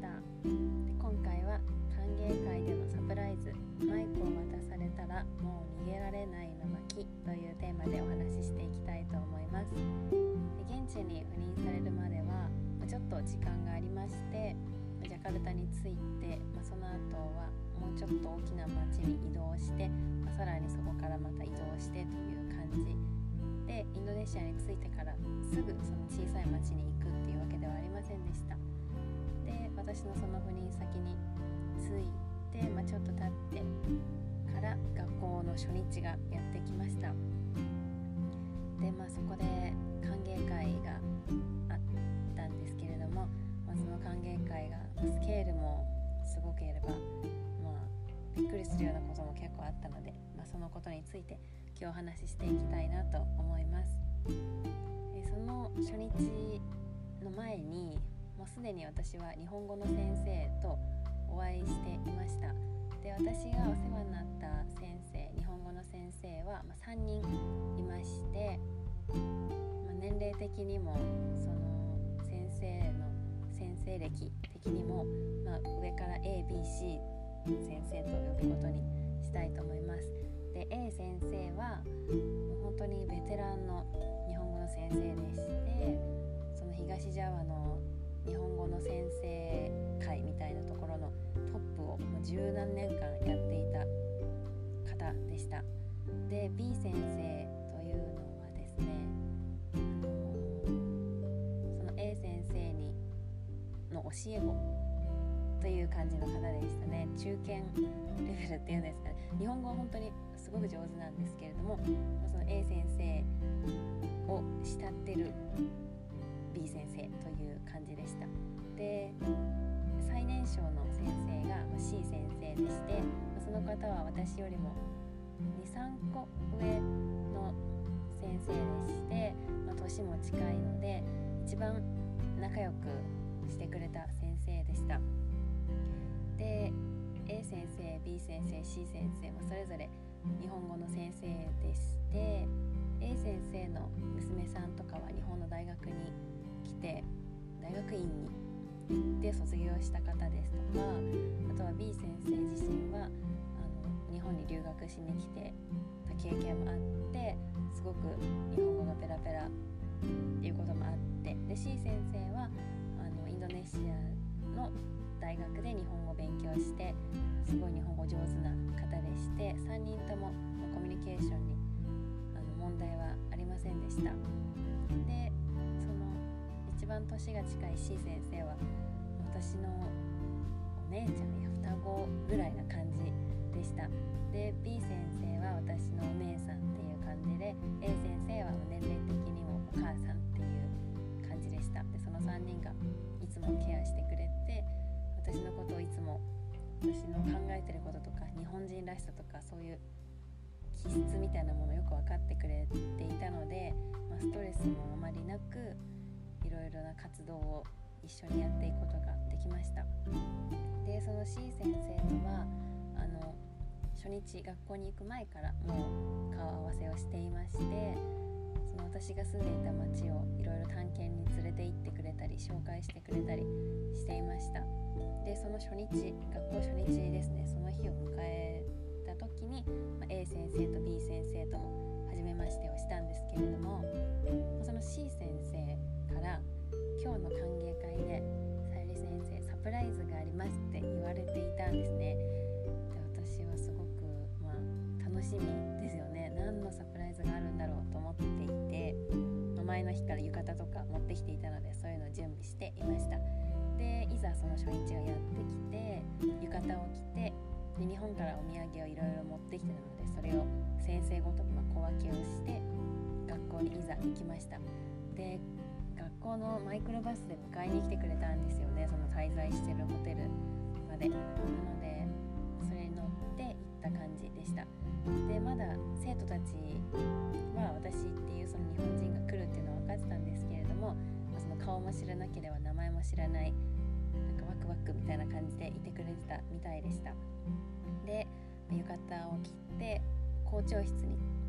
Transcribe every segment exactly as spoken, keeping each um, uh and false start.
。で今回は歓迎会でのサプライズ、マイクを渡されたらもう逃げられないの巻というテーマでお話ししていきたいと思います。で現地に赴任されるまではちょっと時間がありまして、ジャカルタに着いて、まあ、その後はもうちょっと大きな町に移動して、まあ、さらにそこからまた移動してという感じで、インドネシアに着いてからすぐその小さい町に行くっていうわけではありませんでした。で私のその赴任先に着いて、まあ、ちょっと経ってから学校の初日がやってきました。で、まあ、そこで歓迎会があったんですけれども、まあ、その歓迎会がスケールもすごければ、まあ、びっくりするようなことも結構あったので、まあ、そのことについて今日お話ししていきたいなと思います。えその初日の前にもうすでに私は日本語の先生とお会いしていました。で私がお世話になった先生、日本語の先生は、まあ、さんにんいまして、まあ、年齢的にもその先生の先生歴的にも、まあ、上から エービーシー 先生と呼ぶことにしたいと思います。で A 先生はもう本当にベテランの日本語の先生でして、その東ジャワの日本語の先生会みたいなところのトップをもう十何年間やっていた方でした。で B 先生というのはですね、あのその A 先生にの教え子という感じの方でしたね。中堅レベルっていうんですかね。日本語は本当にすごく上手なんですけれども、その A 先生を慕ってる B 先生という感じでした。で最年少の先生が C 先生でして、その方は私よりも にさんこ上の先生でして、まあ、年も近いので一番仲良くしてくれた先生でした。で A 先生、B 先生、C 先生もそれぞれ日本語の先生でして、 A 先生の娘さんとかは日本の大学に来て大学院に行って卒業した方ですとか、あとは B 先生自身はあの日本に留学しに来てた経験もあって、すごく日本語がペラペラっていうこともあって、で C 先生はあのインドネシアの大学で日本語を勉強して、すごい日本語上手な方でして、さんにんともコミュニケーションにあの問題はありませんでした。でその一番年が近い C 先生は私のお姉ちゃんや双子ぐらいな感じでした。で B 先生は私のお姉さんっていう感じで、 A 先生は年齢的にもお母さんっていう感じでした。でそのさんにんがいつもケアしてくれて、私のことをいつも私の考えてることとか日本人らしさとかそういう気質みたいなものをよく分かってくれていたので、まあ、ストレスもあまりなくいろいろな活動を一緒にやっていくことができました。でその C 先生とはあの初日学校に行く前からもう顔合わせをしていまして、その私が住んでいた町をいろいろ探検に連れて行ってくれたり紹介してくれたりしていました。でその初日、学校初日ですね、その日を迎えた時に、まあ、A 先生と B 先生とも初めましてをしたんですけれども、その C 先生から今日の歓迎会でさゆり先生サプライズがありますって言われていたんですね。で私はすごく、まあ、楽しみですよね。何のサプライズがあるんだろうと思っていて、前の日から浴衣とか持ってきていたので、そういうのを準備していました。でいざその初日がやってきて、浴衣を着て、で日本からお土産をいろいろ持ってきてたので、それを先生ごとに小分けをして学校にいざ行きました。で学校のマイクロバスで迎えに来てくれたんですよね、その滞在してるホテルまで。なのでそれに乗って行った感じでした。でまだ生徒たちは私っていうその日本人が来るっていうのは分かってたんですけれども、その顔も知らなければ名前も知らない、なんかワクワクみたいな感じでいてくれてたみたいでした。で浴衣を着て校長室に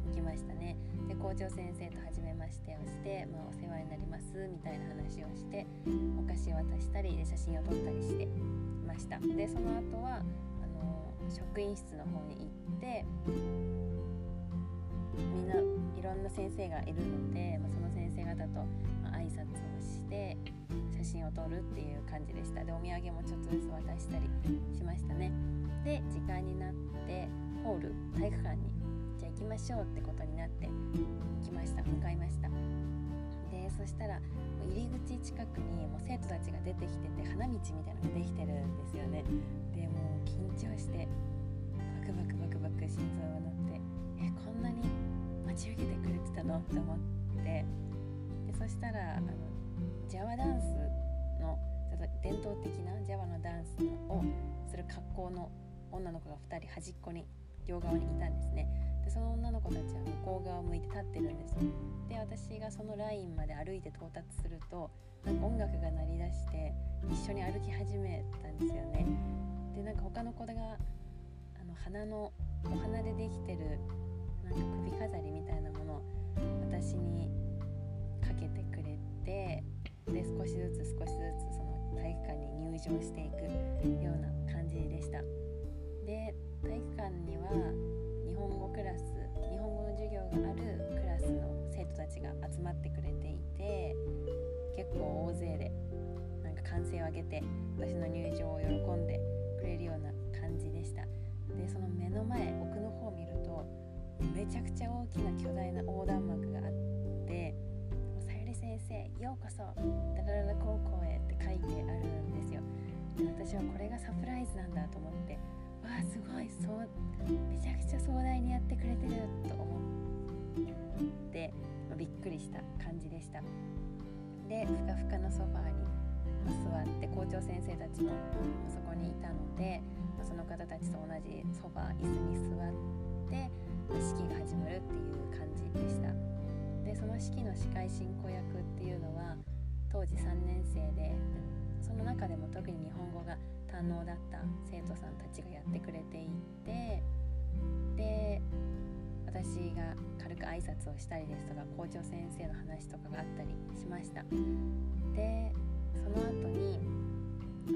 行きましたね。で校長先生と初めましてをして、まあ、お世話になりますみたいな話をして、お菓子を渡したりで写真を撮ったりしてました。でその後はあの職員室の方に行って、みんないろんな先生がいるので、まあ、その先生方と、まあ、挨拶をして写真を撮るっていう感じでした。でお土産もちょっとずつ渡したりしましたね。で時間になってホール体育館にじゃあ行きましょうってことになって行きました。向かいました。でそしたら入り口近くにもう生徒たちが出てきてて、花道みたいなのができてるんですよね。でもう緊張してバクバクバクバク心臓が鳴って、えこんなに待ち受けてくれてたのって思って、でそしたらあのジャワダンスのちょっと伝統的なジャワのダンスをする格好の女の子がふたり端っこに両側にいたんですね。でその女の子たちは向こう側を向いて立ってるんです。で私がそのラインまで歩いて到達すると、なんか音楽が鳴り出して一緒に歩き始めたんですよね。でなんか他の子があの花のお花でできてるなんか首飾りみたいなものを私にかけてくれて、で少しずつ少しずつその体育館に入場していくような感じでした。で体育館には日本語クラス日本語の授業があるクラスの生徒たちが集まってくれていて、結構大勢でなんか歓声を上げて私の入場を喜んでくれるような感じでした。でその目の前奥の方を見るとめちゃくちゃ大きな巨大な横断幕があって、さゆり先生ようこそダラララ高校へって書いてあるんですよ。で私はこれがサプライズなんだと思って、わあすごいそうめちゃくちゃ壮大にやってくれてると思って、まあ、びっくりした感じでした。でふかふかのソファーに座って校長先生たちもそこにいたので、まあ、その方たちと同じソファー椅子に座って式が始まるっていう感じでした。でその式の司会進行役っていうのは当時さんねん生で、その中でも特に日本語が堪能だった生徒さんたちがやってくれていて、で私が軽く挨拶をしたりですとか校長先生の話とかがあったりしました。でその後に、うん、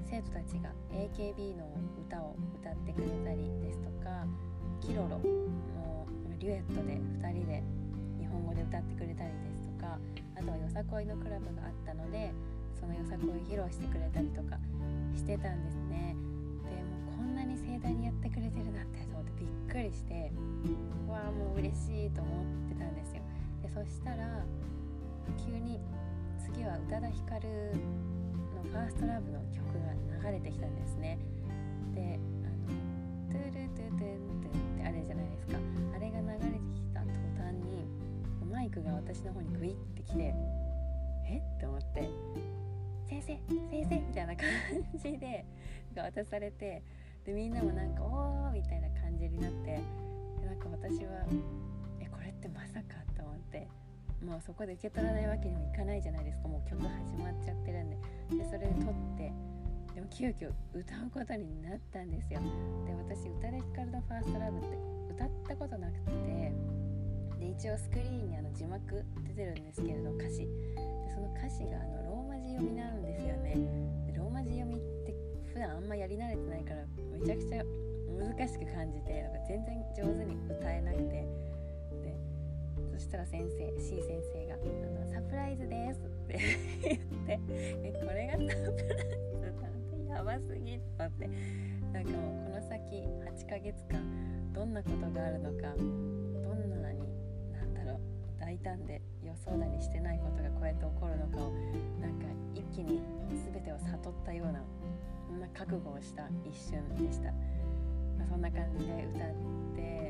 生徒たちが エーケービー の歌を歌ってくれたりですとか、キロロのデュエットでふたりで日本語で歌ってくれたりですとか、あとはよさこいのクラブがあったのでそのよさこいを披露してくれたりとかしてたんですね。でもうこんなに盛大にやってくれてるなんてと思ってびっくりして、わあもう嬉しいと思ってたんですよ。でそしたら急に次は宇多田ヒカルのファーストラブの曲が流れてきたんですね。であのトゥルトゥトゥントゥンってあれじゃないですか。あれが流れてきた途端にマイクが私の方にグイってきて、えって思って、先生先生みたいな感じでが渡されて、でみんなもなんかおーみたいな感じになって、でなんか私はえこれってまさかと思って、もうそこで受け取らないわけにもいかないじゃないですか。もう曲始まっちゃってるんで、でそれで撮って、でも急遽歌うことになったんですよ。で私宇多田ヒカルのファーストラブって歌ったことなくて、で一応スクリーンにあの字幕出てるんですけれど歌詞で、その歌詞があのローマ字読みなんですよね。でローマ字読みって普段あんまやり慣れてないからめちゃくちゃ難しく感じて、なんか全然上手に歌えなくて、でそしたら先生 C 先生があのサプライズですって言ってえこれがサプライズなんてやばすぎと思って、なんかもうこの先はちかげつかんどんなことがあるのか、どんなになんだろう大胆で予想だにしてないことがこうやって起こるのかをなんか一気に全てを悟ったような、そんな覚悟をした一瞬でした。まあ、そんな感じで歌って、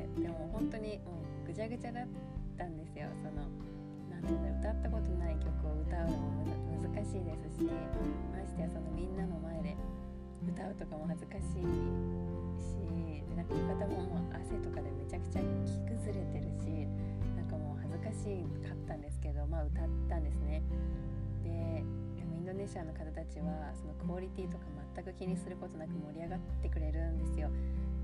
でも本当にもうぐちゃぐちゃだったんですよ。そのなんていうんだろう、歌ったことない曲を歌うのも難しいですし、ましてやそのみんなの前で歌うとかも恥ずかしいし、でなんか浴衣ももう汗とかでめちゃくちゃ着崩れてるし、なんかもう恥ずかしかったんですけど、まあ歌ったんですね。で、でもインドネシアの方たちはそのクオリティとか全く気にすることなく盛り上がってくれるんですよ。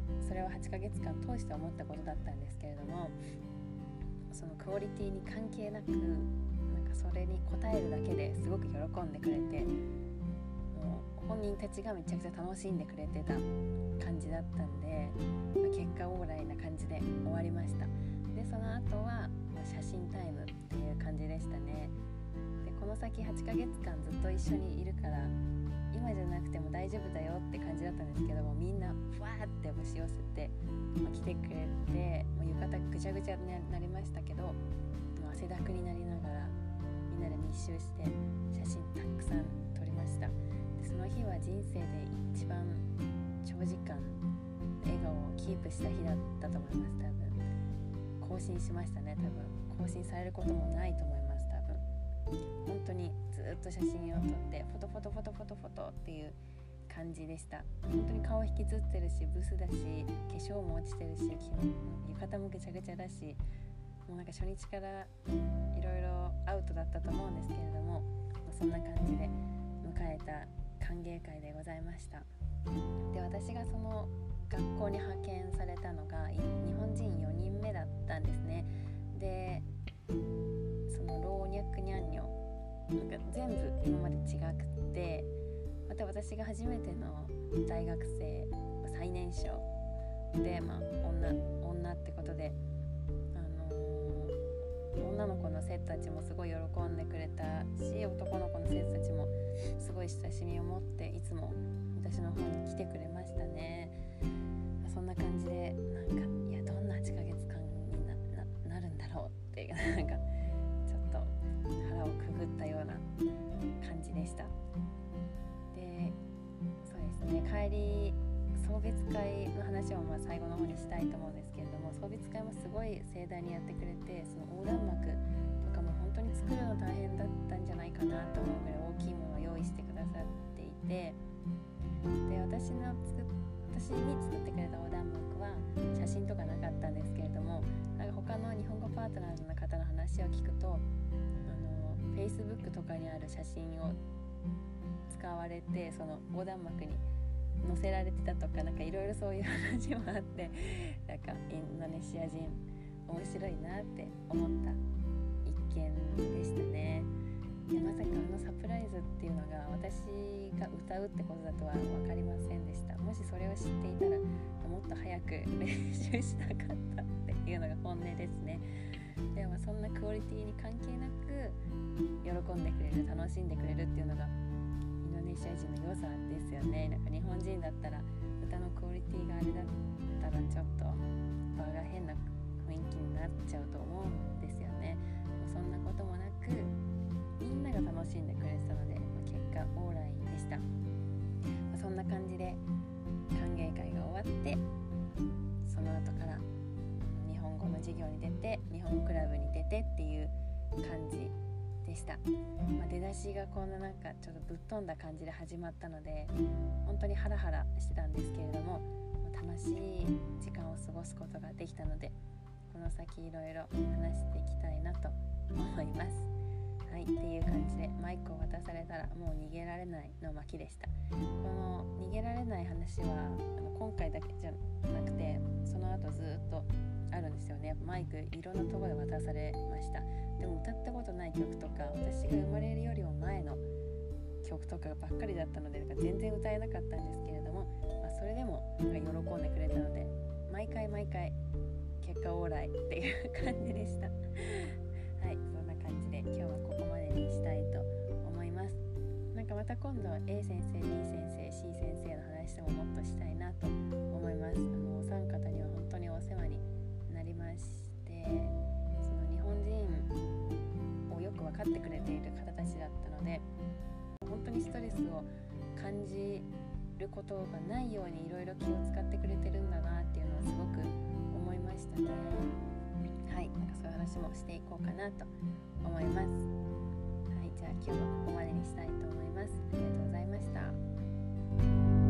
それははちかげつかん通して思ったことだったんですけれども、そのクオリティに関係なくなんかそれに応えるだけですごく喜んでくれて、もう本人たちがめちゃくちゃ楽しんでくれてた感じだったんで、結果オーライな感じで終わりました。でその後は写真タイムっていう感じでしたね。でこの先はちかげつかんずっと一緒にいるから今じゃなくても大丈夫だよって感じだったんですけども、みんなふわーって押し寄せて、まあ、来てくれて、もう浴衣ぐちゃぐちゃになりましたけど、もう汗だくになりながらみんなで密集して写真たくさん撮りました。でその日は人生で一番長時間笑顔をキープした日だったと思います。多分更新しましたね。多分更新されることもないと思います。多分本当にずっと写真を撮ってフォトフォトフォトフォトフォトっていう感じでした。本当に顔引きつってるし、ブスだし、化粧も落ちてるし、浴衣もぐちゃぐちゃだし、もうなんか初日からいろいろアウトだったと思うんですけれども、そんな感じで迎えた歓迎会でございました。で私がその学校に派遣されたのが日本人よにんめだったんですね。でその老若にゃんにょなんか全部今まで違くて、また私が初めての大学生最年少で、まあ、女, 女ってことで、あのー、女の子の生徒たちもすごい喜んでくれたし、男の子の生徒たちもすごい親しみを持っていつも私の方に来てくれましたね。そんな感じでなんかいやどんなはちかげつかんに な, な, なるんだろうっていうなんかちょっと腹をくぐったような感じでした。でそうですね、帰り送別会の話をまあ最後の方にしたいと思うんですけれども、送別会もすごい盛大にやってくれて、その横断幕とかも本当に作るの大変だったんじゃないかなと思うぐらい大きいものを用意してくださっていて、で私の作っ私に作ってくれた横断幕は写真とかなかったんですけれども、なんか他の日本語パートナーの方の話を聞くと、あの Facebook とかにある写真を使われてその横断幕に載せられてたとか、なんかいろいろそういう話もあって、なんかインドネシア人面白いなって思った一件でしたね。いやまさかあのサプライズっていうのが私が歌うってことだとは分かりませんでした。もしそれを知っていたらもっと早く練習したかったっていうのが本音ですね。でもそんなクオリティに関係なく喜んでくれる、楽しんでくれるっていうのがインドネシア人の良さですよね。なんか日本人だったら歌のクオリティがあれだったらちょっと場が変な雰囲気になっちゃうと思うんですよね。そんなこともなくみんなが楽しんでくれてたので、結果オーライでした。そんな感じで歓迎会が終わって、その後から日本語の授業に出て、日本クラブに出てっていう感じでした。まあ、出だしがこんななんかちょっとぶっ飛んだ感じで始まったので、本当にハラハラしてたんですけれども、楽しい時間を過ごすことができたので、この先いろいろ話していきたいなと思います。はい、っていう感じでマイクを渡されたらもう逃げられないの巻でした。この逃げられない話はあの今回だけじゃなくてその後ずっとあるんですよね。マイクいろんなところで渡されました。でも歌ったことない曲とか、私が生まれるよりも前の曲とかばっかりだったので、なんか全然歌えなかったんですけれども、まあ、それでもなんか喜んでくれたので、毎回毎回結果オーライっていう感じでした。はい、そんな感じで今日はここまでにしたいと思います。なんかまた今度は A 先生、B 先生、C 先生の話ももっとしたいなと思います。あのお三方には本当にお世話になりまして、その日本人をよく分かってくれている方たちだったので、本当にストレスを感じることがないようにいろいろ気を使ってくれてるんだなっていうのはすごく思いましたね。はい、なんかそういう話もしていこうかなと思います。はい、じゃあ今日はここまでにしたいと思います。ありがとうございました。